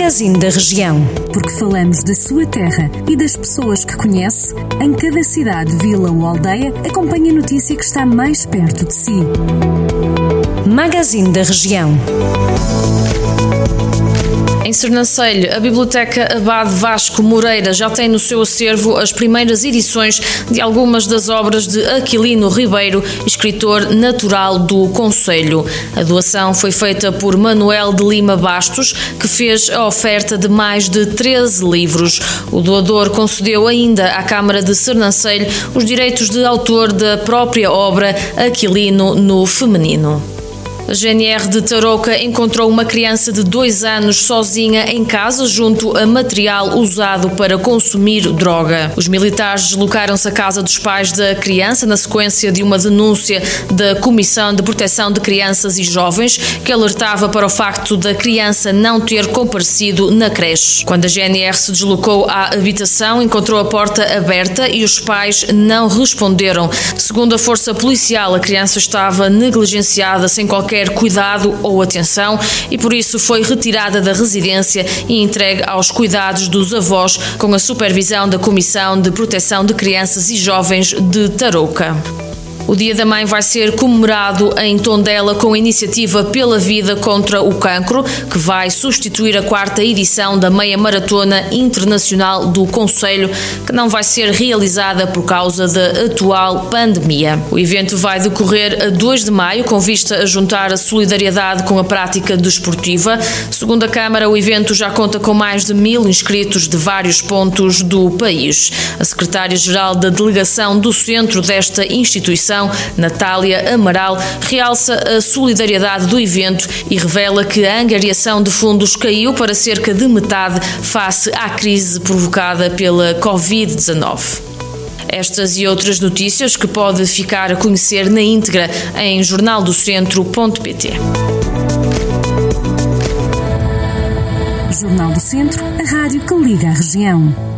Magazine da Região. Porque falamos da sua terra e das pessoas que conhece, em cada cidade, vila ou aldeia, acompanhe a notícia que está mais perto de si. Magazine da Região. Em Sernancelho, a Biblioteca Abade Vasco Moreira já tem no seu acervo as primeiras edições de algumas das obras de Aquilino Ribeiro, escritor natural do concelho. A doação foi feita por Manuel de Lima Bastos, que fez a oferta de mais de 13 livros. O doador concedeu ainda à Câmara de Sernancelho os direitos de autor da própria obra Aquilino no feminino. A GNR de Tarouca encontrou uma criança de 2 anos sozinha em casa junto a material usado para consumir droga. Os militares deslocaram-se à casa dos pais da criança na sequência de uma denúncia da Comissão de Proteção de Crianças e Jovens que alertava para o facto da criança não ter comparecido na creche. Quando a GNR se deslocou à habitação, encontrou a porta aberta e os pais não responderam. Segundo a força policial, a criança estava negligenciada sem qualquer cuidado ou atenção e por isso foi retirada da residência e entregue aos cuidados dos avós com a supervisão da Comissão de Proteção de Crianças e Jovens de Tarouca. O Dia da Mãe vai ser comemorado em Tondela com a iniciativa Pela Vida contra o Cancro, que vai substituir a 4ª edição da Meia Maratona Internacional do Concelho, que não vai ser realizada por causa da atual pandemia. O evento vai decorrer a 2 de maio, com vista a juntar a solidariedade com a prática desportiva. Segundo a Câmara, o evento já conta com mais de 1000 inscritos de vários pontos do país. A secretária-geral da delegação do centro desta instituição, Natália Amaral, realça a solidariedade do evento e revela que a angariação de fundos caiu para cerca de metade face à crise provocada pela Covid-19. Estas e outras notícias que pode ficar a conhecer na íntegra em jornaldocentro.pt. Jornal do Centro, a rádio que liga a região.